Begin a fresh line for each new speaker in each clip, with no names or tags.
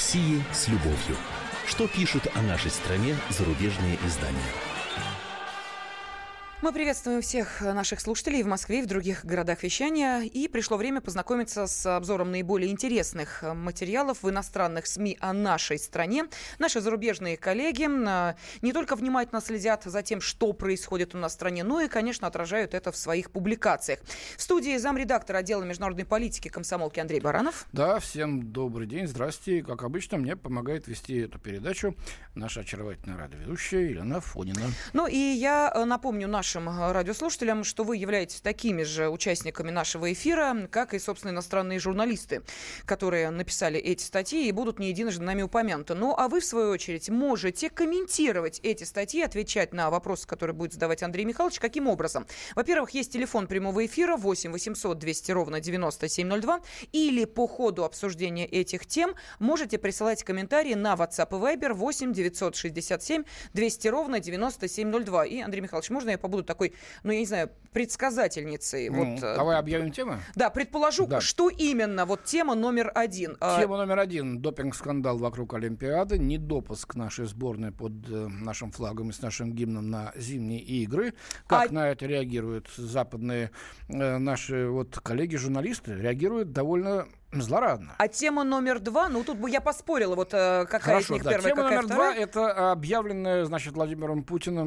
России с любовью. Что пишут о нашей стране зарубежные издания?
Мы приветствуем всех наших слушателей в Москве и в других городах вещания. И пришло время познакомиться с обзором наиболее интересных материалов в иностранных СМИ о нашей стране. Наши зарубежные коллеги не только внимательно следят за тем, что происходит у нас в стране, но и, конечно, отражают это в своих публикациях. В студии замредактора отдела международной политики комсомолки Андрей Баранов.
Да, всем добрый день, здрасте. Как обычно, мне помогает вести эту передачу наша очаровательная радиоведущая Елена Афонина.
Ну и я напомню нашим радиослушателям, что вы являетесь такими же участниками нашего эфира, как и, собственно, иностранные журналисты, которые написали эти статьи и будут не единожды нами упомянуты. Ну, а вы, в свою очередь, можете комментировать эти статьи, отвечать на вопросы, которые будет задавать Андрей Михайлович. Каким образом? Во-первых, есть телефон прямого эфира 8 800 200 ровно 9702, или по ходу обсуждения этих тем можете присылать комментарии на WhatsApp и Viber 8 967 200 ровно 9702. И, Андрей Михайлович, можно я побуду такой, я не знаю, предсказательницей?
Давай объявим тему?
Да, предположу,
да.
Что именно тема номер один.
Тема номер один. Допинг-скандал вокруг Олимпиады. Недопуск нашей сборной под нашим флагом и с нашим гимном на зимние игры. Как на это реагируют западные наши коллеги-журналисты? Реагируют довольно злорадно.
А тема номер два, тут бы я поспорила, какая
Хорошо,
из них первая,
тема
какая
номер
вторая.
два — это объявленное, Владимиром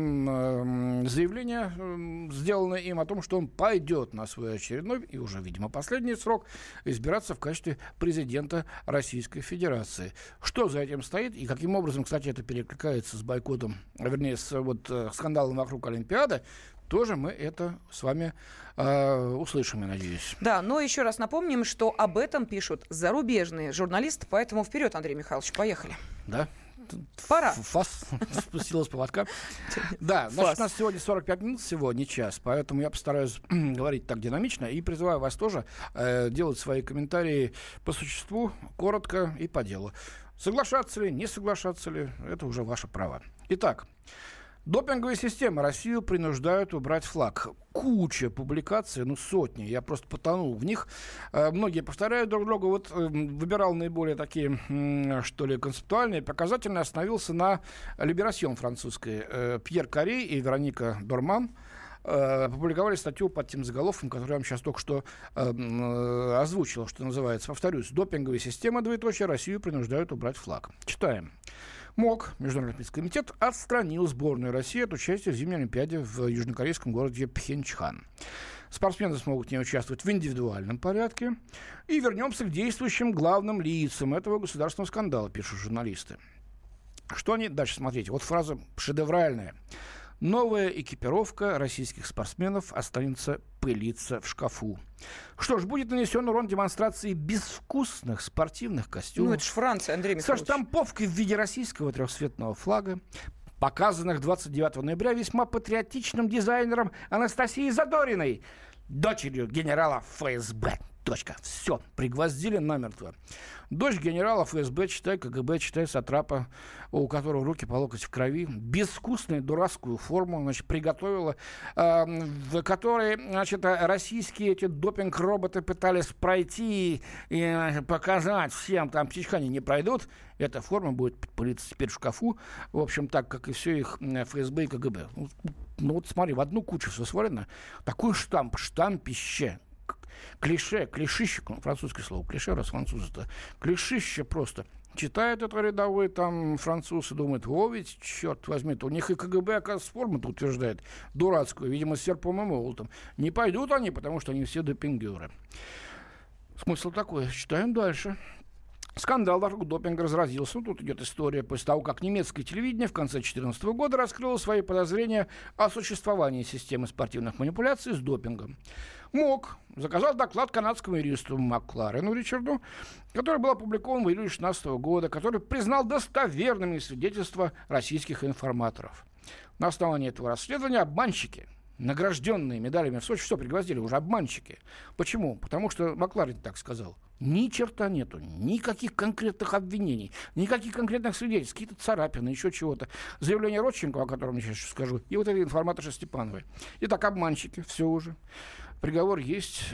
Путиным заявление, сделанное им о том, что он пойдет на свой очередной и уже, видимо, последний срок избираться в качестве президента Российской Федерации. Что за этим стоит и каким образом, кстати, это перекликается с бойкотом, вернее, с скандалом вокруг Олимпиады, тоже мы это с вами услышим, я надеюсь.
Да, но еще раз напомним, что об этом пишут зарубежные журналисты, поэтому вперед, Андрей Михайлович, поехали.
Да?
Пора.
Фас спустилась с поводка. Да, значит, у нас сегодня 45 минут всего, не час, поэтому я постараюсь говорить так динамично и призываю вас тоже делать свои комментарии по существу, коротко и по делу. Соглашаться ли, не соглашаться ли, это уже ваше право. Итак, допинговые системы Россию принуждают убрать флаг. Куча публикаций, сотни. Я просто потонул в них. Многие повторяют друг друга. Выбирал наиболее такие, концептуальные, показательные. Остановился на «Либерасьон» французской. Пьер Карри и Вероника Дорман опубликовали статью под тем заголовком, который я вам сейчас только что озвучил, что называется. Повторюсь. Допинговые системы, Россию принуждают убрать флаг. Читаем. МОК, Международный олимпийский комитет, отстранил сборную России от участия в зимней Олимпиаде в южнокорейском городе Пхенчхан. Спортсмены смогут не участвовать в индивидуальном порядке. И вернемся к действующим главным лицам этого государственного скандала, пишут журналисты. Что они дальше? Смотрите, фраза шедевральная. Новая экипировка российских спортсменов останется пылиться в шкафу. Что ж, будет нанесен урон демонстрации безвкусных спортивных костюмов.
Это же Франция, Андрей Михайлович.
Со штамповкой в виде российского трехцветного флага, показанных 29 ноября весьма патриотичным дизайнером Анастасией Задориной, дочерью генерала ФСБ. Все, пригвоздили намертво. Дочь генерала ФСБ, читай КГБ, читай сатрапа, у которого руки по локоть в крови, безвкусную дурацкую форму, приготовила, в которой, российские эти допинг-роботы пытались пройти и показать всем, там птичка они не пройдут, эта форма будет пылиться теперь в шкафу, в общем, так, как и все их ФСБ и КГБ. Смотри, в одну кучу все свалено, такой штампище. Клишище, французское слово, клише, раз французы-то, клишище просто. Читает это рядовой француз и думает, ведь, черт возьми, у них и КГБ, оказывается, форму-то утверждает дурацкую, видимо, с серпом и молотом. Не пойдут они, потому что они все допингеры. Смысл такой. Читаем дальше. Скандал вокруг допинга разразился. Тут идет история после того, как немецкое телевидение в конце 2014 года раскрыло свои подозрения о существовании системы спортивных манипуляций с допингом. МОК заказал доклад канадскому юристу Макларену Ричарду, который был опубликован в июле 2016 года, который признал достоверными свидетельства российских информаторов. На основании этого расследования обманщики, награжденные медалями в Сочи, все пригвоздили, уже обманщики. Почему? Потому что Макларен так сказал. Ни черта нету, никаких конкретных обвинений, никаких конкретных свидетельств, какие-то царапины, еще чего-то. Заявление Родченкова, о котором я сейчас скажу, и вот этой информаторши Степановой. Итак, обманщики, все уже. Приговор есть.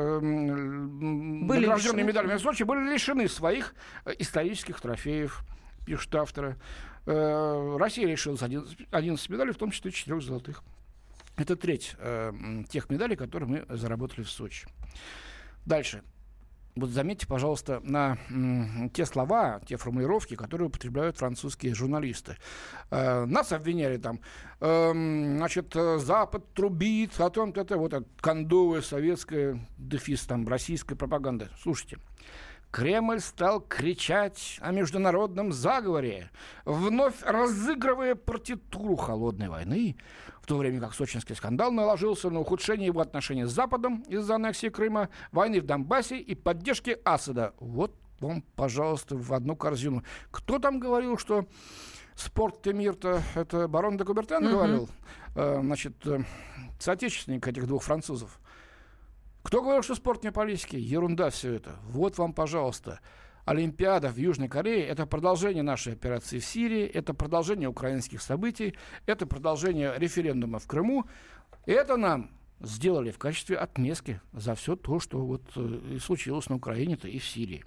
Награжденные медалями в Сочи были лишены своих исторических трофеев, пишут авторы. Россия лишилась 11 медалей, в том числе 4 золотых. Это треть тех медалей, которые мы заработали в Сочи. Дальше. Вот заметьте, пожалуйста, на те слова, те формулировки, которые употребляют французские журналисты. Нас обвиняли там, значит, Запад трубит о том, это вот кондовая советская, дефис там, российская пропаганда. Слушайте. Кремль стал кричать о международном заговоре, вновь разыгрывая партитуру холодной войны, в то время как сочинский скандал наложился на ухудшение его отношений с Западом из-за аннексии Крыма, войны в Донбассе и поддержки Асада. Вот вам, пожалуйста, в одну корзину. Кто там говорил, что спорт и мир-то, это барон де Кубертен говорил, значит, соотечественник этих двух французов. Кто говорил, что спорт не политики? Ерунда все это. Вот вам, пожалуйста. Олимпиада в Южной Корее – это продолжение нашей операции в Сирии, это продолжение украинских событий, это продолжение референдума в Крыму. И это нам сделали в качестве отместки за все то, что вот и случилось на Украине-то и в Сирии.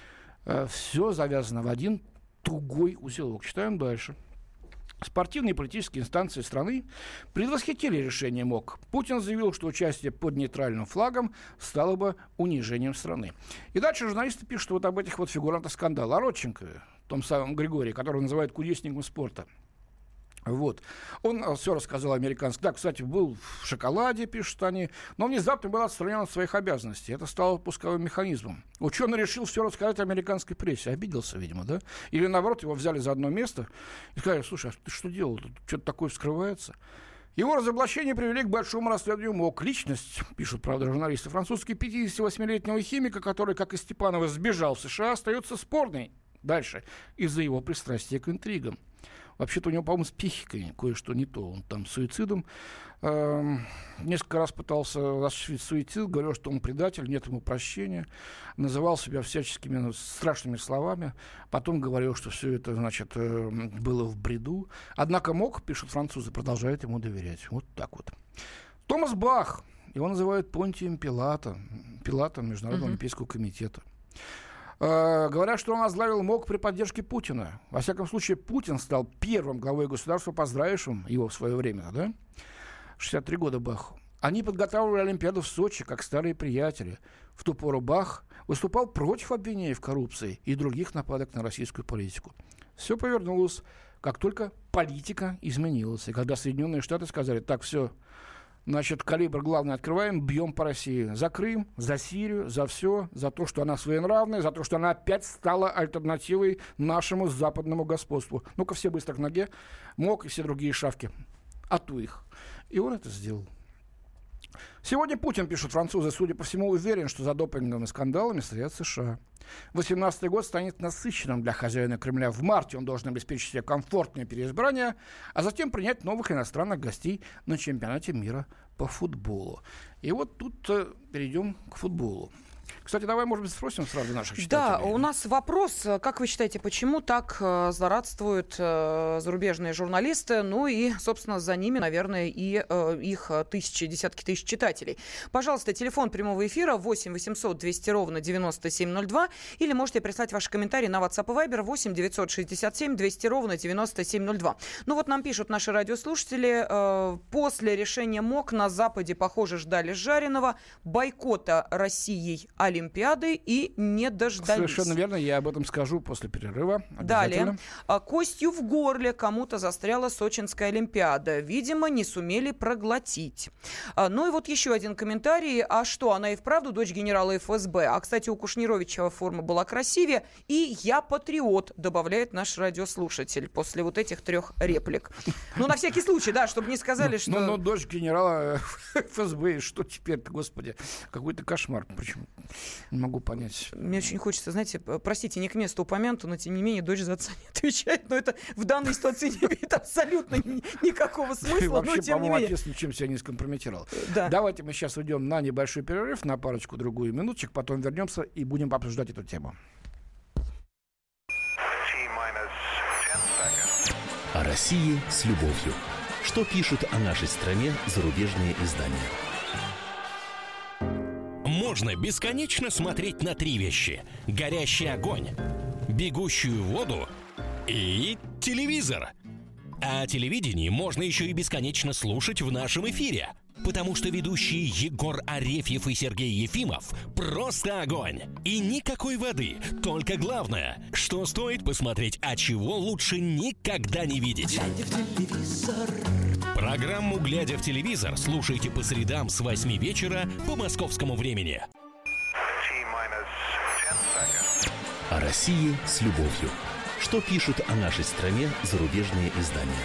Все завязано в один тугой узелок. Читаем дальше. Спортивные и политические инстанции страны предвосхитили решение МОК. Путин заявил, что участие под нейтральным флагом стало бы унижением страны. И дальше журналисты пишут вот об этих вот фигурантах скандала. О Родченкове, том самом Григории, которого называют кудесником спорта. Вот. Он все рассказал американцам. Да, кстати, был в шоколаде, пишут они, но внезапно был отстранен от своих обязанностей. Это стало пусковым механизмом. Ученый решил все рассказать американской прессе. Обиделся, видимо, да? Или, наоборот, его взяли за одно место и сказали: слушай, а ты что делал? Тут что-то такое вскрывается. Его разоблачение привели к большому расследованию МОК. Личность, пишут, правда, журналисты, французский 58-летнего химика, который, как и Степанова, сбежал в США, остается спорной дальше из-за его пристрастия к интригам. Вообще-то у него, по-моему, с психикой кое-что не то. Он там суицидом несколько раз пытался осуществить суицид, говорил, что он предатель, нет ему прощения. Называл себя всяческими страшными словами. Потом говорил, что все это, значит, было в бреду. Однако МОК, пишут французы, продолжает ему доверять. Вот так вот. Томас Бах. Его называют Понтием Пилатом Международного олимпийского комитета. Говорят, что он возглавил МОК при поддержке Путина. Во всяком случае, Путин стал первым главой государства, поздравившим его в свое время, да? 63 года Баху. Они подготавливали Олимпиаду в Сочи, как старые приятели. В ту пору Бах выступал против обвинений в коррупции и других нападок на российскую политику. Все повернулось, как только политика изменилась. И когда Соединенные Штаты сказали: так, все, значит, калибр главный открываем, бьем по России. За Крым, за Сирию, за все, за то, что она своенравная, за то, что она опять стала альтернативой нашему западному господству. Ну-ка, все быстро к ноге. МОК и все другие шавки. Ату их. И он это сделал. Сегодня Путин, пишут французы, судя по всему, уверен, что за допинговыми скандалами стоят США. 2018 год станет насыщенным для хозяина Кремля. В марте он должен обеспечить себе комфортное переизбрание, а затем принять новых иностранных гостей на чемпионате мира по футболу. И вот тут перейдем к футболу. Кстати, давай, может быть, спросим сразу наших читателей.
Да, у нас вопрос. Как вы считаете, почему так злорадствуют зарубежные журналисты? Ну и, собственно, за ними, наверное, и их десятки тысяч читателей. Пожалуйста, телефон прямого эфира 8 800 200 ровно 9702. Или можете прислать ваши комментарии на WhatsApp и Viber 8 967 200 ровно 9702. Ну вот нам пишут наши радиослушатели. После решения МОК на Западе, похоже, ждали жареного, бойкота Россией Олимпиады и не дождались.
Совершенно верно, я об этом скажу после перерыва.
Далее. Костью в горле кому-то застряла Сочинская Олимпиада. Видимо, не сумели проглотить. Ну и вот еще один комментарий. А что, она и вправду дочь генерала ФСБ? А, кстати, у Кушнировича форма была красивее. И я патриот, добавляет наш радиослушатель после вот этих 3 реплик. Ну, на всякий случай, да, чтобы не сказали, что...
Ну, дочь генерала ФСБ, что теперь-то, господи, какой-то кошмар. Причем Не могу понять.
Мне очень хочется, знаете, простите, не к месту упомянуто, но тем не менее дочь за отца не отвечает. Но это в данной ситуации не имеет абсолютно никакого смысла.
Вообще,
но тем не
по-моему,
менее.
отец ничем себя не скомпрометировал.
Да.
Давайте мы сейчас уйдем на небольшой перерыв, на парочку-другую минуточек, потом вернемся и будем обсуждать эту тему.
О России с любовью. Что пишут о нашей стране зарубежные издания?
Можно бесконечно смотреть на три вещи: горящий огонь, бегущую воду и телевизор. А телевидение можно еще и бесконечно слушать в нашем эфире, потому что ведущие Егор Арефьев и Сергей Ефимов просто огонь. И никакой воды, только главное, что стоит посмотреть, а чего лучше никогда не видеть. Глядя в телевизор. Программу «Глядя в телевизор» слушайте по средам с 8 вечера по московскому времени.
О России с любовью. Что пишут о нашей стране зарубежные издания?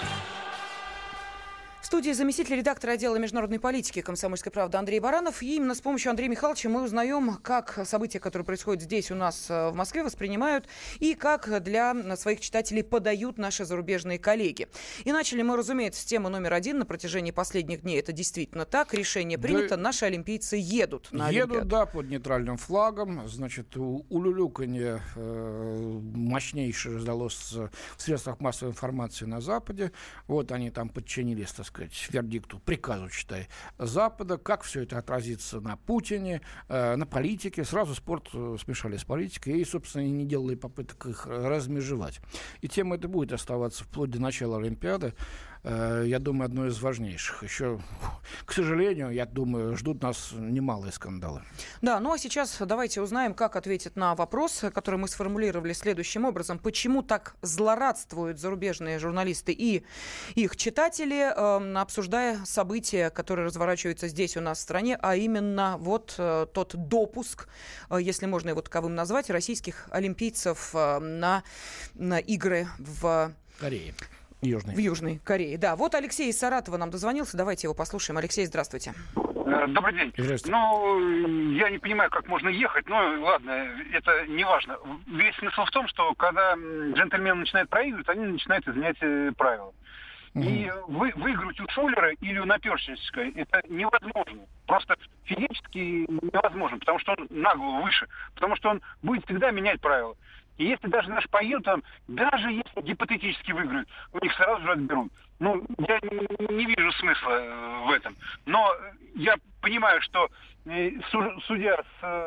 В студии заместитель редактора отдела международной политики «Комсомольской правды» Андрей Баранов. И именно с помощью Андрея Михайловича мы узнаем, как события, которые происходят здесь у нас в Москве, воспринимают и как для своих читателей подают наши зарубежные коллеги. И начали мы, разумеется, с темы номер 1 на протяжении последних дней. Это действительно так. Решение принято. Наши олимпийцы едут на Олимпиаду.
Едут, да, под нейтральным флагом. Значит, улюлюканье мощнейшее раздалось в средствах массовой информации на Западе. Вот они там подчинились, так сказать, вердикту, приказу, считай, Запада, как все это отразится на Путине, на политике. Сразу спорт смешали с политикой и, собственно, не делали попыток их размежевать. И тема эта будет оставаться вплоть до начала Олимпиады. Я думаю, одно из важнейших. Еще, к сожалению, я думаю, ждут нас немалые скандалы.
Да, ну а сейчас давайте узнаем, как ответить на вопрос, который мы сформулировали следующим образом. Почему так злорадствуют зарубежные журналисты и их читатели, обсуждая события, которые разворачиваются здесь у нас в стране, а именно вот тот допуск, если можно его таковым назвать, российских олимпийцев на игры в
Корее.
В Южной Корее. Да, вот Алексей из Саратова нам дозвонился. Давайте его послушаем. Алексей, здравствуйте.
Добрый день. Ну, я не понимаю, как можно ехать, но ладно, это не важно. Весь смысл в том, что когда джентльмены начинают проигрывать, они начинают изменять правила. И выиграть у Шулера или у Наперстнического это невозможно. Просто физически невозможно, потому что он на голову выше, потому что он будет всегда менять правила. И если даже наш поедут там, даже если гипотетически выиграют, у них сразу же отберут. Ну, я не вижу смысла в этом. Но я понимаю, что судя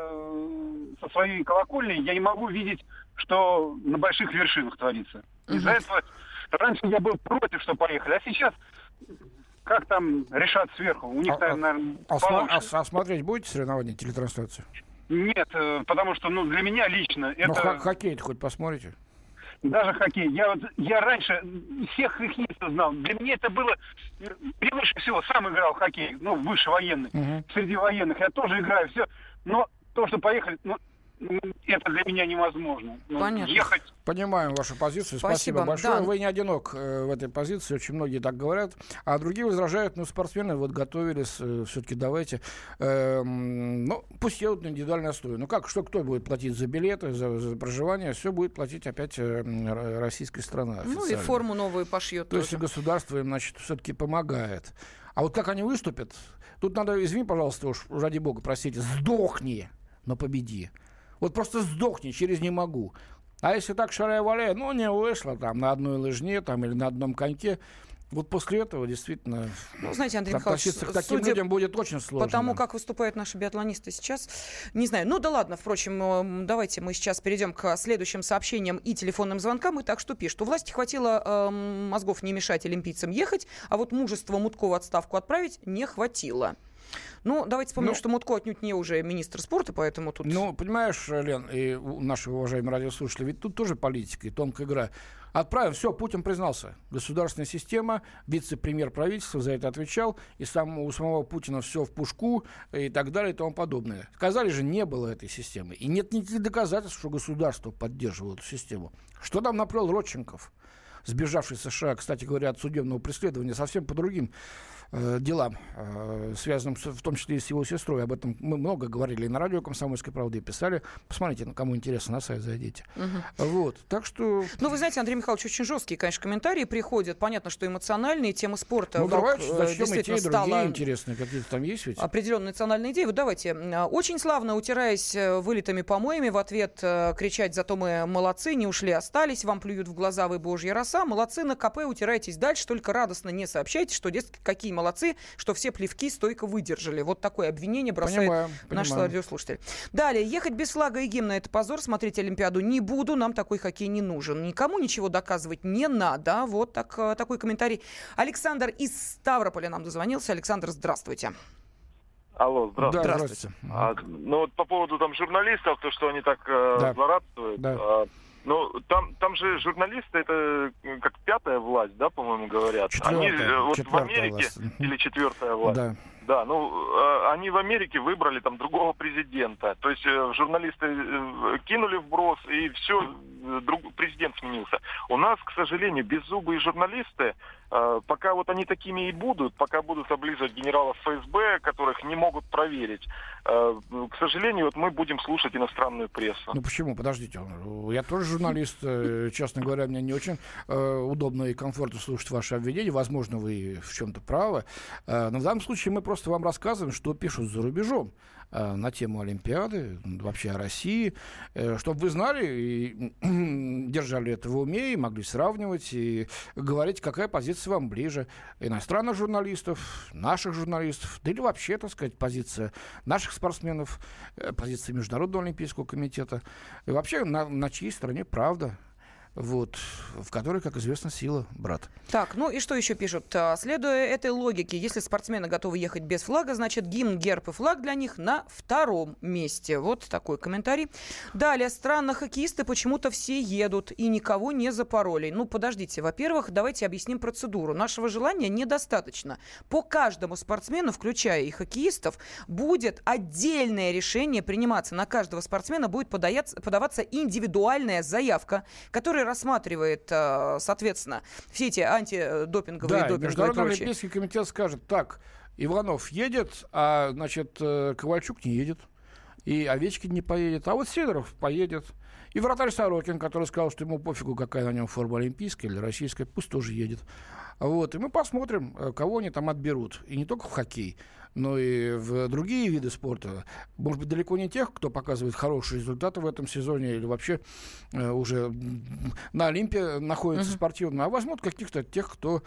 со своей колокольни, я не могу видеть, что на больших вершинах творится. Из-за этого раньше я был против, что поехали, а сейчас как там решат сверху? У них, наверное, получше.
А смотреть будете соревнования, телетрансляцию?
Нет, потому что, для меня лично это...
Ну, хоккей-то хоть посмотрите?
Даже хоккей. Я раньше всех хоккеистов знал. Для меня это было превыше всего. Сам играл в хоккей, выше военных. Среди военных я тоже играю, все. Но то, что поехали, это для меня невозможно.
Понятно.
Ехать...
Понимаем вашу позицию. Спасибо большое. Да. Вы не одинок в этой позиции. Очень многие так говорят. А другие возражают, спортсмены готовились. Все-таки давайте. Пусть едут на индивидуальной основе. Кто будет платить за билеты, за проживание? Все будет платить опять российская страна.
И форму новую пошьет.
То есть государство им, все-таки помогает. А вот как они выступят? Тут надо, извини, пожалуйста, уж ради бога, простите, сдохни, но победи. Вот просто сдохни, через не могу. А если так шаля-валя, не вышло там на одной лыжне или на одном коньке, вот после этого действительно
знаете, Андрей Михайлович,
относиться к таким людям будет очень сложно.
Потому как выступают наши биатлонисты сейчас, не знаю. Да ладно, впрочем, давайте мы сейчас перейдем к следующим сообщениям и телефонным звонкам. Итак, что пишут? У власти хватило мозгов не мешать олимпийцам ехать, а вот мужества Мутко в отставку отправить не хватило. Давайте вспомним, что Мутко отнюдь не уже министр спорта, поэтому тут...
понимаешь, Лен, и наши уважаемые радиослушатели, ведь тут тоже политика и тонкая игра. Отправим, все, Путин признался. Государственная система, вице-премьер правительства за это отвечал, и у самого Путина все в пушку и так далее и тому подобное. Сказали же, не было этой системы. И нет никаких доказательств, что государство поддерживало эту систему. Что там наплел Родченков, сбежавший в США, кстати говоря, от судебного преследования, совсем по другим делам, связанным в том числе и с его сестрой. Об этом мы много говорили и на радио «Комсомольской правды» и писали. Посмотрите, кому интересно, на сайт зайдите. Вот, так что...
Ну, вы знаете, Андрей Михайлович, очень жесткие, конечно, комментарии приходят. Понятно, что эмоциональные, тема спорта
давайте, зачем и те, и другие
интересные
какие-то там есть ведь?
Определенные национальные идеи. Вот давайте. Очень славно, утираясь вылитыми помоями, в ответ кричать: зато мы молодцы, не ушли, остались, вам плюют в глаза, вы божья роса. Молодцы, на КП утирайтесь дальше, только радостно не сообщайте, что, дескать, какие молодцы, что все плевки стойко выдержали. Вот такое обвинение бросает наш радиослушатель. Далее. Ехать без флага и гимна — это позор. Смотреть Олимпиаду не буду, нам такой хоккей не нужен. Никому ничего доказывать не надо. Вот такой комментарий. Александр из Ставрополя нам дозвонился. Александр, здравствуйте.
Алло, здравствуйте.
Да, здравствуйте.
Ну вот по поводу там журналистов, то, что они так злорадствуют.
Да.
Ну, там же журналисты, это как пятая власть, да, по-моему, говорят.
Четвертая
в Америке
власть.
Или четвертая власть. Да, они в Америке выбрали там другого президента. То есть журналисты кинули вброс, и все, президент сменился. У нас, к сожалению, беззубые журналисты, пока вот они такими и будут, пока будут облизывать генералов ФСБ, которых не могут проверить, к сожалению, вот мы будем слушать иностранную прессу.
Ну почему? Подождите. Я тоже журналист. Честно говоря, мне не очень удобно и комфортно слушать ваши обвинения. Возможно, вы в чем-то правы. Но в данном случае мы просто вам рассказываем, что пишут за рубежом на тему Олимпиады, вообще о России, чтобы вы знали и держали это в уме, и могли сравнивать, и говорить, какая позиция вам ближе. Иностранных журналистов, наших журналистов, да или вообще, так сказать, позиция наших спортсменов, позиция Международного олимпийского комитета. И вообще, на чьей стороне правда. Вот, в которой, как известно, сила, брат.
Так, ну и что еще пишут? Следуя этой логике, если спортсмены готовы ехать без флага, значит, гимн, герб и флаг для них на втором месте. Вот такой комментарий. Далее. Странно, хоккеисты почему-то все едут и никого не запороли. Ну, подождите. Во-первых, давайте объясним процедуру. Нашего желания недостаточно. По каждому спортсмену, включая и хоккеистов, будет отдельное решение приниматься. На каждого спортсмена будет подаваться индивидуальная заявка, которая рассматривает, соответственно, все эти антидопинговые и допинговые
Международный
прочие.
олимпийский комитет скажет: так, Иванов едет, а, значит, Ковальчук не едет, и Овечкин не поедет, а вот Сидоров поедет. И вратарь Сорокин, который сказал, что ему пофигу, какая на нем форма, олимпийская или российская, пусть тоже едет. Вот, и мы посмотрим, кого они там отберут. И не только в хоккей, но и в другие виды спорта. Может быть, далеко не тех, кто показывает хорошие результаты в этом сезоне или вообще уже на Олимпе находится спортивно, а возьмут каких-то тех, кто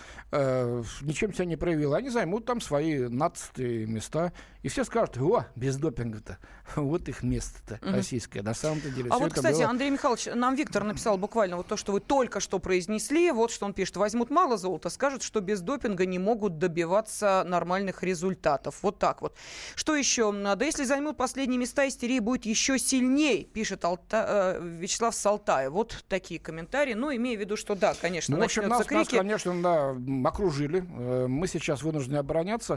ничем себя не проявил. Они займут там свои 15-е места. И все скажут: о, без допинга-то. Вот их место-то российское. На самом-то деле.
А вот, кстати, Андрей Михайлович, нам Виктор написал буквально вот то, что вы только что произнесли. Вот что он пишет. Возьмут мало золота, скажут, что без допинга не могут добиваться нормальных результатов. Вот так вот. Что еще? Да если займут последние места, истерия будет еще сильнее, пишет Вячеслав Салтаев. Вот такие комментарии. Ну, имея в виду, что да, конечно, начнется крики.
Нас, конечно, да, окружили. Мы сейчас вынуждены обороняться.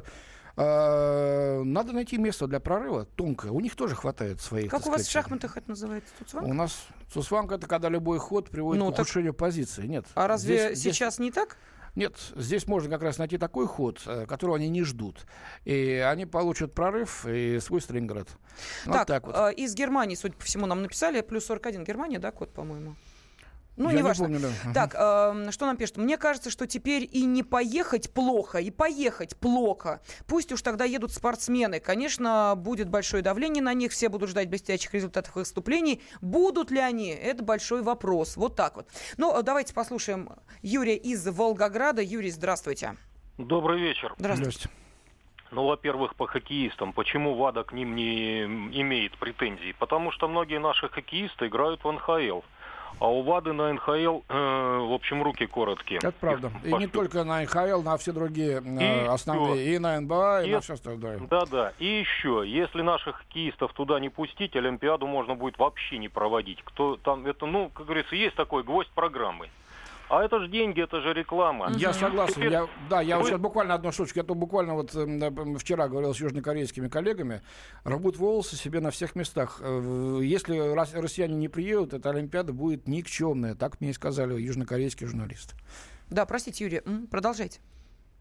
Надо найти место для прорыва тонкое. У них тоже хватает своих.
Как у вас в шахматах это называется? Цуцванг?
У нас цуцванг — это когда любой ход приводит к ухудшению позиции. Нет.
А разве сейчас не так?
Нет, здесь можно как раз найти такой ход, которого они не ждут. И они получат прорыв и свой Сталинград.
Так вот. Из Германии, судя по всему, нам написали. Плюс 41 Германия, да, код, по-моему? Ну,
я
неважно.
Не помню, да.
Так, что нам пишут? Мне кажется, что теперь и не поехать плохо, и поехать плохо. Пусть уж тогда едут спортсмены. Конечно, будет большое давление на них, все будут ждать блестящих результатов выступлений. Будут ли они? Это большой вопрос. Вот так вот. Ну, давайте послушаем Юрия из Волгограда. Юрий, здравствуйте.
Добрый вечер.
Здравствуйте.
Ну, во-первых, по хоккеистам. Почему ВАДА к ним не имеет претензий? Потому что многие наши хоккеисты играют в НХЛ. А у ВАДы на НХЛ, в общем, руки короткие.
Это правда. И не только на НХЛ, на все другие основные. И на НБА, и на все остальное.
Да. И еще, если наших хоккеистов туда не пустить, Олимпиаду можно будет вообще не проводить. Кто там, это, ну, как говорится, есть такой гвоздь программы. А это же деньги, это же реклама.
Я согласен. Я вот сейчас буквально одну штучку. Я тут буквально вот вчера говорил с южнокорейскими коллегами. Рвут волосы себе на всех местах. Если россияне не приедут, эта Олимпиада будет никчемная. Так мне и сказали южнокорейские журналисты.
Да, простите, Юрий, продолжайте.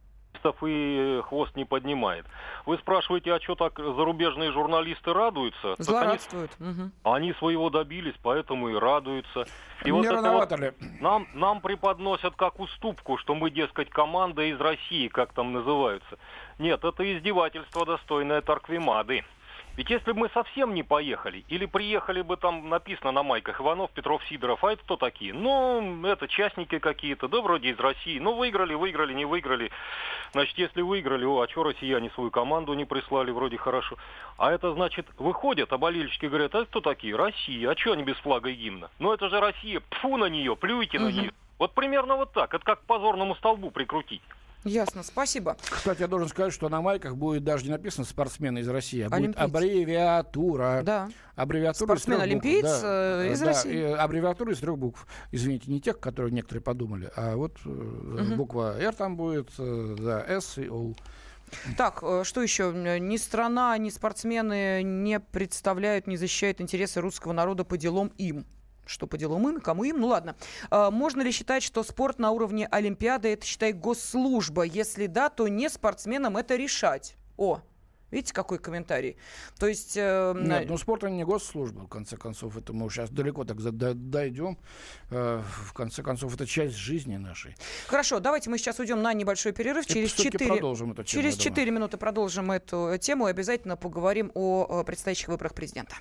хоккеистов и хвост не поднимает. Вы спрашиваете, а что так зарубежные журналисты радуются?
Злорадствуют.
Они своего добились, поэтому и радуются. И
не
вот
рановато
это
ли?
вот нам преподносят как уступку, что мы, дескать, команда из России, как там называются. Нет, это издевательство, достойное Торквемады. Ведь если бы мы совсем не поехали, или приехали бы, там написано на майках Иванов, Петров, Сидоров, а это кто такие? Ну, это частники какие-то, да, вроде из России. Ну, выиграли, не выиграли. Значит, если выиграли, а что россияне свою команду не прислали, вроде хорошо. А это значит, выходят, а болельщики говорят, а это кто такие? Россия. А что они без флага и гимна? Ну, это же Россия, пфу на нее, плюйте на нее. Вот примерно вот так. Это как к позорному столбу прикрутить.
Ясно, спасибо.
Кстати, я должен сказать, что на майках будет даже не написано «спортсмены из России», а будет аббревиатура.
Да.
Аббревиатура
спортсмен-олимпиец из России.
Аббревиатура из 3 букв. Извините, не тех, которые некоторые подумали, а вот буква «Р» там будет, «С» и «О».
Так, что еще? Ни страна, ни спортсмены не представляют, не защищают интересы русского народа по делам им. Что по делам им, кому им? Ну ладно. Можно ли считать, что спорт на уровне Олимпиады это, считай, госслужба? Если да, то не спортсменам это решать. Видите, какой комментарий? То есть...
Нет, спорт не госслужба, в конце концов. Это мы сейчас далеко так дойдем. В конце концов, это часть жизни нашей.
Хорошо, давайте мы сейчас уйдем на небольшой перерыв. Через 4 минуты продолжим эту тему и обязательно поговорим о предстоящих выборах президента.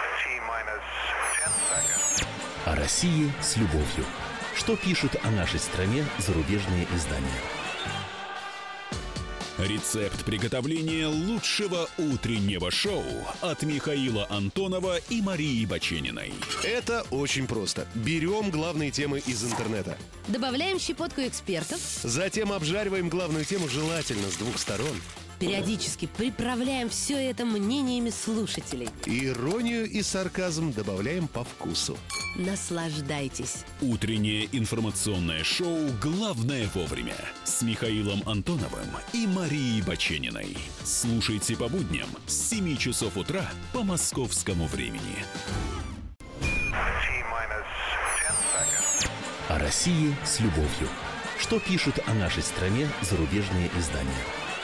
О России с любовью. Что пишут о нашей стране зарубежные издания?
Рецепт приготовления лучшего утреннего шоу от Михаила Антонова и Марии Бачениной.
Это очень просто. Берем главные темы из интернета.
Добавляем щепотку экспертов.
Затем обжариваем главную тему желательно с 2 сторон.
Периодически приправляем все это мнениями слушателей.
Иронию и сарказм добавляем по вкусу.
Наслаждайтесь.
Утреннее информационное шоу «Главное вовремя» с Михаилом Антоновым и Марией Бачениной. Слушайте по будням с 7 часов утра по московскому времени.
О России с любовью. Что пишут о нашей стране зарубежные издания?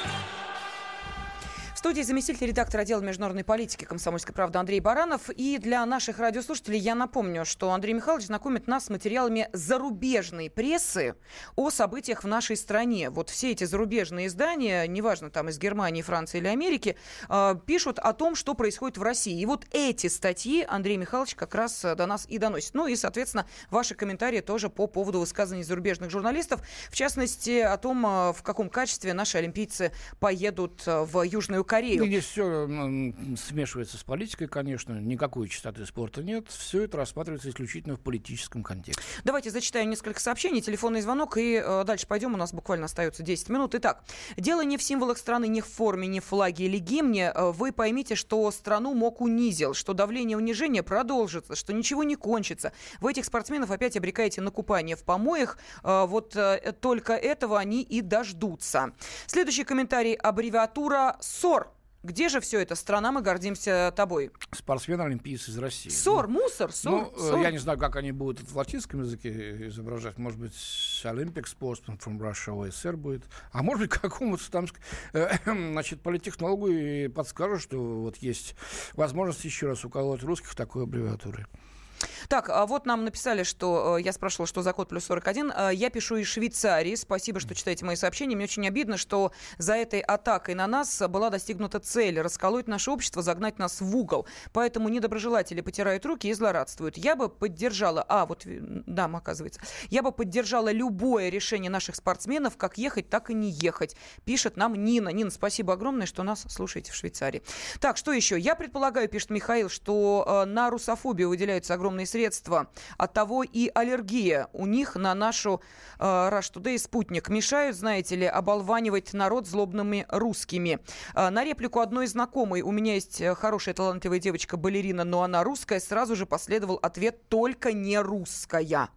В студии заместитель редактора отдела международной политики «Комсомольской правды» Андрей Баранов. И для наших радиослушателей я напомню, что Андрей Михайлович знакомит нас с материалами зарубежной прессы о событиях в нашей стране. Вот все эти зарубежные издания, неважно, там из Германии, Франции или Америки, пишут о том, что происходит в России. И вот эти статьи Андрей Михайлович как раз до нас и доносит. Ну и, соответственно, ваши комментарии тоже по поводу высказываний зарубежных журналистов. В частности, о том, в каком качестве наши олимпийцы поедут в Южную Корею.
Здесь все смешивается с политикой, конечно. Никакой чистоты спорта нет. Все это рассматривается исключительно в политическом контексте.
Давайте зачитаю несколько сообщений, телефонный звонок, и дальше пойдем. У нас буквально остается 10 минут. Итак, дело не в символах страны, не в форме, не в флаге или гимне. Вы поймите, что страну МОК унизил, что давление унижения продолжится, что ничего не кончится. Вы этих спортсменов опять обрекаете на купание в помоях. Вот только этого они и дождутся. Следующий комментарий. Аббревиатура СОР. Где же все это? Страна, мы гордимся тобой.
Спортсмен-олимпиец из России.
СОР, мусор, СОР.
СОР. Я не знаю, как они будут это в латинском языке изображать. Может быть, Olympic Sportsman from Russia, ОСР будет. А может быть, какому-то там, политтехнологу и подскажут, что вот есть возможность еще раз уколоть русских такой аббревиатурой.
Так, а вот нам написали, что я спрашивала, что за код +41. Я пишу из Швейцарии. Спасибо, что читаете мои сообщения. Мне очень обидно, что за этой атакой на нас была достигнута цель — расколоть наше общество, загнать нас в угол. Поэтому недоброжелатели потирают руки и злорадствуют. Я бы поддержала... оказывается. Я бы поддержала любое решение наших спортсменов, как ехать, так и не ехать. Пишет нам Нина. Нина, спасибо огромное, что нас слушаете в Швейцарии. Так, что еще? Я предполагаю, пишет Михаил, что на русофобию выделяются огромные средства. Оттого и аллергия у них на нашу Rush Today и Спутник. Мешают, знаете ли, оболванивать народ злобными русскими. На реплику одной знакомой: у меня есть хорошая талантливая девочка-балерина, но она русская, сразу же последовал ответ: только не русская.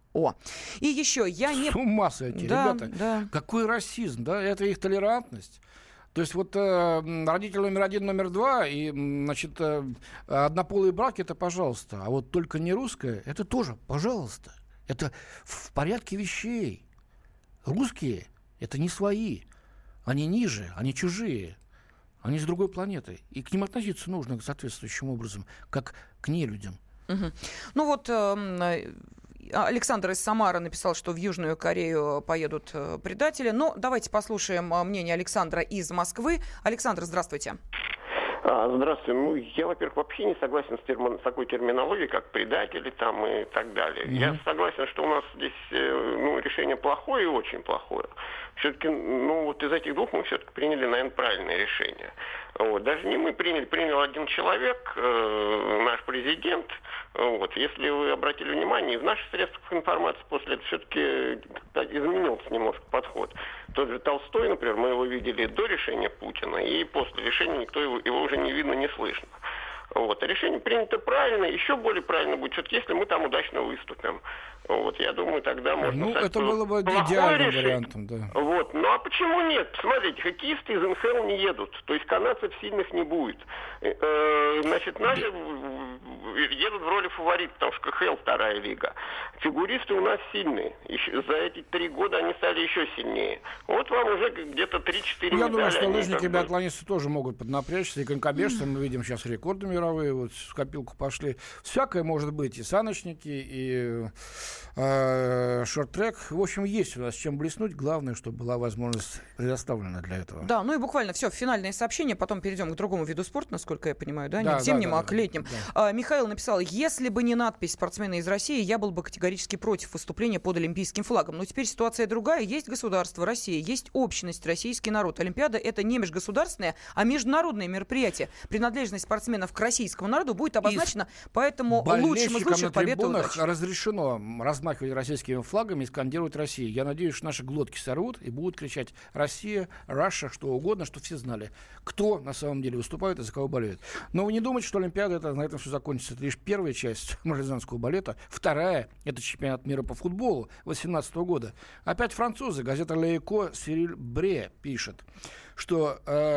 И еще я не...
С ума сойти, ребята. Да. Какой расизм, да? Это их толерантность. То есть вот родитель номер 1, номер 2, и, значит, однополые браки — это пожалуйста. А вот только не русское — это тоже пожалуйста. Это в порядке вещей. Русские — это не свои. Они ниже, они чужие. Они с другой планеты. И к ним относиться нужно соответствующим образом, как к нелюдям.
Угу. Ну вот Александр из Самары написал, что в Южную Корею поедут предатели. Но давайте послушаем мнение Александра из Москвы. Александр, здравствуйте.
Здравствуйте. Ну, я, во-первых, вообще не согласен с такой терминологией, как предатели там и так далее. Mm-hmm. Я согласен, что у нас здесь решение плохое и очень плохое. Все-таки, вот из этих двух мы все-таки приняли, наверное, правильное решение. Вот. Даже не мы принял один человек, наш президент. Вот. Если вы обратили внимание, и в наших средствах информации после этого все-таки изменился немножко подход. Тот же Толстой, например, мы его видели до решения Путина, и после решения никто его уже не видно, не слышно. Вот. А решение принято правильно, еще более правильно будет все-таки, если мы там удачно выступим. Вот. Я думаю, тогда можно...
Ну, это было бы идеальным вариантом, да.
Вот. Ну, а почему нет? Смотрите, хоккеисты из НХЛ не едут, то есть канадцев сильных не будет. Значит, наши едут в роли фаворитов, потому что КХЛ вторая лига. Фигуристы у нас сильные. За эти 3 года они стали еще сильнее. Вот вам уже где-то 3-4 медали.
Я думаю, что лыжники и биатлонисты тоже могут поднапрячься. И конькобежцы, мы видим сейчас рекорды мировые, вот в копилку пошли. Всякое может быть. И саночники, и шорт-трек. В общем, есть у нас чем блеснуть. Главное, чтобы была возможность предоставлена для этого.
Да, ну и буквально все, финальное сообщение. Потом перейдем к другому виду спорта, насколько я понимаю. Да, не к зимнему, а к летним. Да. Михаил написал: если бы не надпись «Спортсмены из России», я был бы категорически против выступления под олимпийским флагом. Но теперь ситуация другая. Есть государство Россия, есть общность, российский народ. Олимпиада — это не межгосударственное, а международное мероприятие. Принадлежность спортсменов к российскому народу будет обозначена, поэтому лучшим из лучших побед и удачи.
Разрешено размахивать российскими флагами и скандировать «Россию». Я надеюсь, что наши глотки сорвут и будут кричать «Россия», «Раша», что угодно, что все знали, кто на самом деле выступает и за кого болеет. Но вы не думайте, что Олимпиада — это на этом все закончится. Это лишь первая часть марлезанского балета. Вторая — это чемпионат мира по футболу 2018 года. Опять французы. Газета «Лейко» Сириль Бре пишет, что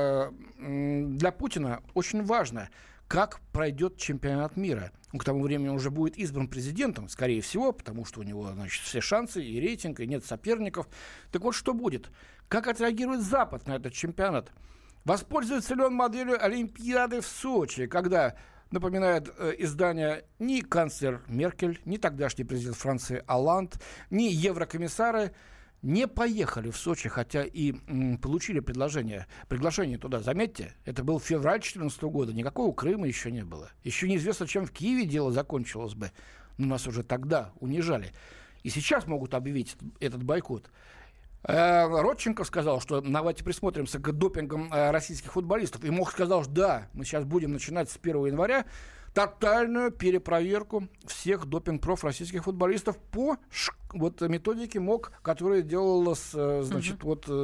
для Путина очень важно, как пройдет чемпионат мира. Он к тому времени уже будет избран президентом, скорее всего, потому что у него, значит, все шансы и рейтинг, и нет соперников. Так вот, что будет? Как отреагирует Запад на этот чемпионат? Воспользуется ли он моделью Олимпиады в Сочи, когда, напоминает издание, ни канцлер Меркель, ни тогдашний президент Франции Олланд, ни еврокомиссары не поехали в Сочи, хотя и получили приглашение туда. Заметьте, это был февраль 2014 года, никакого Крыма еще не было. Еще неизвестно, чем в Киеве дело закончилось бы. Но нас уже тогда унижали. И сейчас могут объявить этот бойкот. Родченко сказал, что давайте присмотримся к допингам российских футболистов. И Мох сказал, что да, мы сейчас будем начинать с 1 января тотальную перепроверку всех допинг-проф российских футболистов по методике МОК, которая делалась, значит,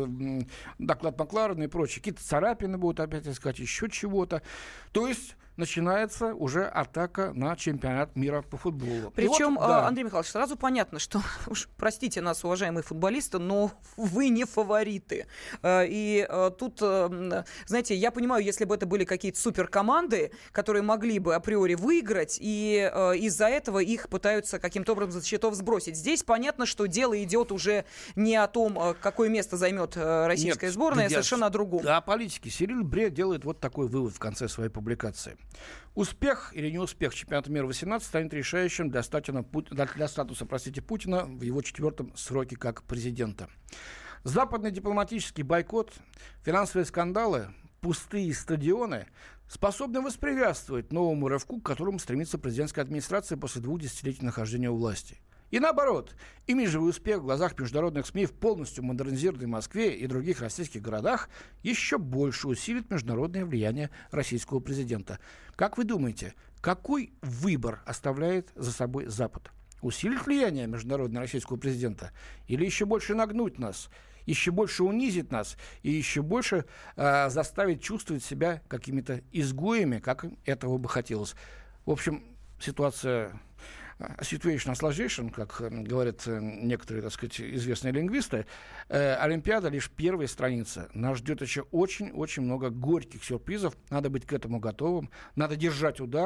доклад Макларена и прочее. Какие-то царапины будут опять искать, еще чего-то. То есть начинается уже атака на чемпионат мира по футболу.
Причем, Андрей Михайлович, сразу понятно, что, уж простите нас, уважаемые футболисты, но вы не фавориты. И тут, знаете, я понимаю, если бы это были какие-то суперкоманды, которые могли бы априори выиграть, и из-за этого их пытаются каким-то образом за счетов сбросить. Здесь понятно, что дело идет уже не о том, какое место займет российская сборная, а совершенно о другом.
Да, о политике. Сириль Бре делает вот такой вывод в конце своей публикации. Успех или неуспех чемпионата мира 18 станет решающим для статуса Путина в его 4-м сроке как президента. Западный дипломатический бойкот, финансовые скандалы, пустые стадионы способны воспрепятствовать новому рывку, к которому стремится президентская администрация после 2 десятилетий нахождения у власти. И наоборот, имиджевый успех в глазах международных СМИ в полностью модернизированной Москве и других российских городах еще больше усилит международное влияние российского президента. Как вы думаете, какой выбор оставляет за собой Запад? Усилит влияние международного российского президента? Или еще больше нагнуть нас? Еще больше унизить нас? И еще больше заставить чувствовать себя какими-то изгоями, как им этого бы хотелось? В общем, ситуация... Situation sensation, как говорят некоторые, так сказать, известные лингвисты, Олимпиада лишь первая страница. Нас ждет еще очень-очень много горьких сюрпризов. Надо быть к этому готовым, надо держать удар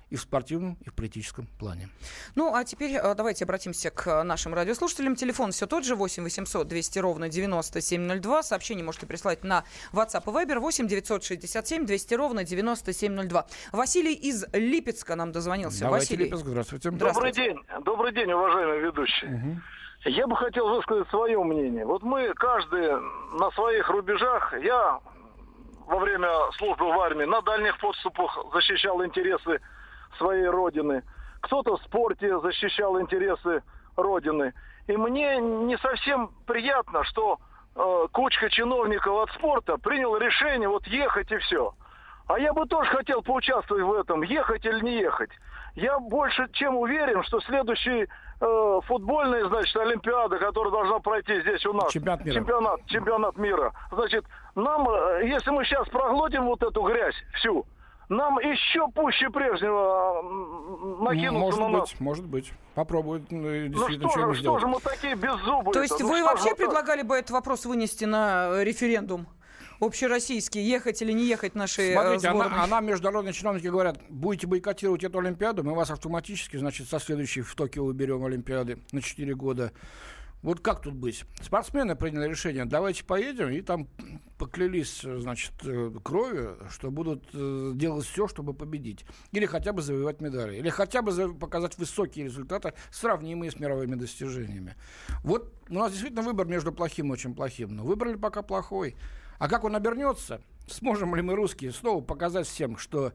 и в спортивном, и в политическом плане.
Ну, а теперь давайте обратимся к нашим радиослушателям. Телефон все тот же, 8 800 200 ровно 9702. Сообщение можете прислать на WhatsApp и Viber 8 967 200 ровно 9702. Василий из Липецка нам дозвонился.
Давайте,
Василий.
Липецк, здравствуйте.
Добрый день, уважаемый ведущий.
Угу.
Я бы хотел высказать свое мнение. Вот мы каждый на своих рубежах. Я во время службы в армии на дальних подступах защищал интересы своей родины. Кто-то в спорте защищал интересы родины. И мне не совсем приятно, что кучка чиновников от спорта приняла решение вот ехать и все. А я бы тоже хотел поучаствовать в этом, ехать или не ехать. Я больше чем уверен, что следующий футбольная, значит, Олимпиада, которая должна пройти здесь у нас. Чемпионат мира. Значит, нам, если мы сейчас проглотим вот эту грязь всю, нам еще пуще прежнего накинутся на нас.
Может быть. Попробуют.
Ну что же мы такие беззубые?
То есть вы вообще предлагали бы этот вопрос вынести на референдум? Общероссийский, ехать или не ехать нашей
Смотрите,
сборной?
она международные чиновники говорят, будете бойкотировать эту Олимпиаду, мы вас автоматически, значит, со следующей в Токио уберем Олимпиады на 4 года. Вот как тут быть? Спортсмены приняли решение, давайте поедем, и там поклялись, значит, кровью, что будут делать все, чтобы победить. Или хотя бы завоевать медали. Или хотя бы показать высокие результаты, сравнимые с мировыми достижениями. Вот у нас действительно выбор между плохим и очень плохим. Но выбрали пока плохой. А как он обернется? Сможем ли мы, русские, снова показать всем, что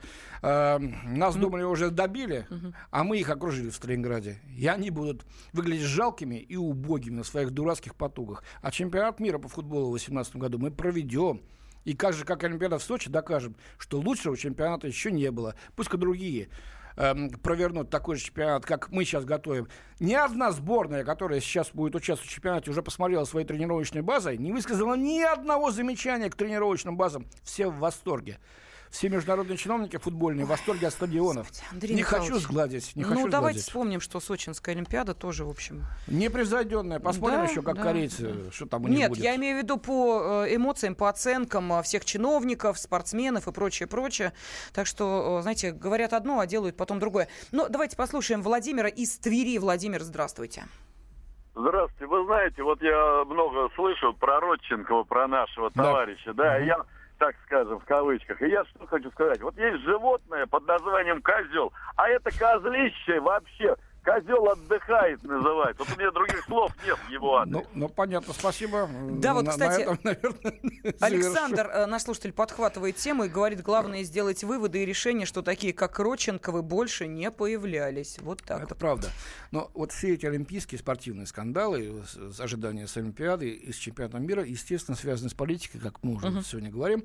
нас думали уже добили, а мы их окружили в Сталинграде, и они будут выглядеть жалкими и убогими на своих дурацких потугах. А чемпионат мира по футболу в 2018 году мы проведем. И как Олимпиада в Сочи, докажем, что лучшего чемпионата еще не было. Пусть-ка другие провернуть такой же чемпионат, как мы сейчас готовим. Ни одна сборная, которая сейчас будет участвовать в чемпионате, уже посмотрела своей тренировочной базой, не высказала ни одного замечания к тренировочным базам. Все в восторге. Все международные чиновники футбольные в восторге от стадионов.
Андрей
не
Михайлович,
хочу сгладить.
Давайте вспомним, что Сочинская Олимпиада тоже, в общем...
Непревзойденная. Посмотрим еще, как корейцы, что там у них будет.
Нет, я имею в виду по эмоциям, по оценкам всех чиновников, спортсменов и прочее. Так что, знаете, говорят одно, а делают потом другое. Но давайте послушаем Владимира из Твери. Владимир, здравствуйте.
Здравствуйте. Вы знаете, вот я много слышу про Родченкова, про нашего товарища. Да, я... так скажем, в кавычках. И я что хочу сказать. Вот есть животное под названием козел, а это козлище вообще. Козел отдыхает называется. Вот у меня других слов нет в его адрес.
Ну, понятно, спасибо.
Да, вот, кстати,
на этом, наверное,
Александр, наш слушатель, подхватывает тему и говорит, главное сделать выводы и решения, что такие, как Родченковы, больше не появлялись. Вот так.
Это правда. Но вот все эти олимпийские спортивные скандалы, ожидания с Олимпиады и с чемпионатом мира, естественно, связаны с политикой, как мы уже сегодня говорим.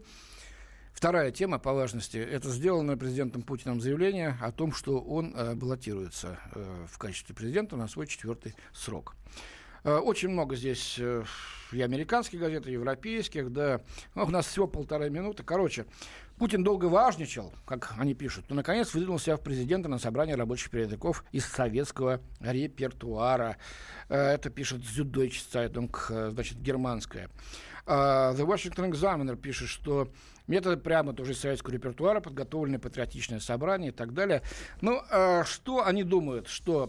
Вторая тема по важности – это сделанное президентом Путиным заявление о том, что он баллотируется в качестве президента на свой 4-й срок. Очень много здесь и американских газет, и европейских, да. У нас всего 1,5 минуты. Короче, Путин долго важничал, как они пишут, но, наконец, выдвинул себя в президенты на собрании рабочих передовиков из советского репертуара. Это пишет Süddeutsche Zeitung, значит, германская. The Washington Examiner пишет, что методы прямо тоже из советского репертуара, подготовленное патриотичное собрание и так далее. Ну, что они думают? Что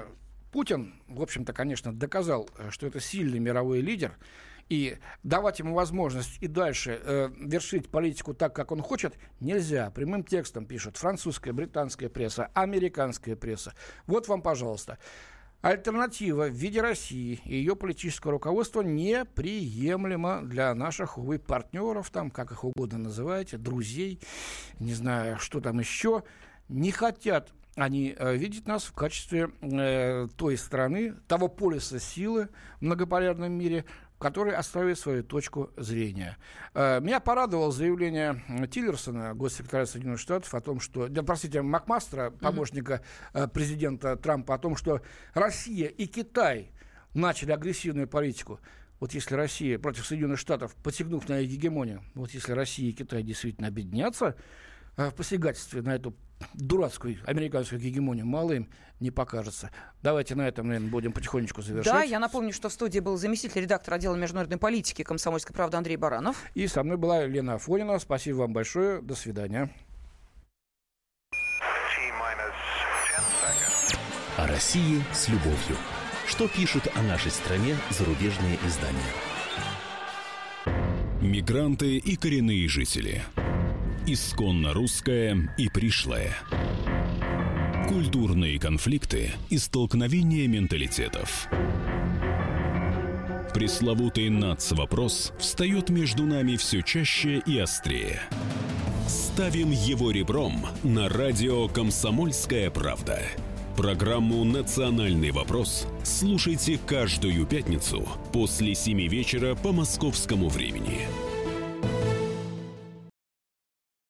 Путин, в общем-то, конечно, доказал, что это сильный мировой лидер, и давать ему возможность и дальше вершить политику так, как он хочет, нельзя. Прямым текстом пишут французская, британская пресса, американская пресса. Вот вам, пожалуйста. Альтернатива в виде России и ее политического руководства неприемлема для наших, увы, партнеров, там, как их угодно называете, друзей, не знаю, что там еще. Не хотят они видеть нас в качестве той страны, того полюса силы в многополярном мире, который оставит свою точку зрения. Меня порадовало заявление Тиллерсона, госсекретаря Соединенных Штатов, о том, что, Макмастера, помощника президента Трампа, о том, что Россия и Китай начали агрессивную политику. Вот если Россия против Соединенных Штатов, посягнув на их гегемонию, вот если Россия и Китай действительно объединятся в посягательстве на эту дурацкую американскую гегемонию, мало им не покажется. Давайте на этом, наверное, будем потихонечку завершать.
Да, я напомню, что в студии был заместитель редактора отдела международной политики «Комсомольской правды» Андрей Баранов.
И со мной была Лена Афонина. Спасибо вам большое. До свидания.
О России с любовью. Что пишут о нашей стране зарубежные издания?
Мигранты и коренные жители. Исконно русское и пришлое. Культурные конфликты и столкновения менталитетов. Пресловутый НАЦ-вопрос встает между нами все чаще и острее. Ставим его ребром на радио «Комсомольская правда». Программу «Национальный вопрос» слушайте каждую пятницу после 7 вечера по московскому времени.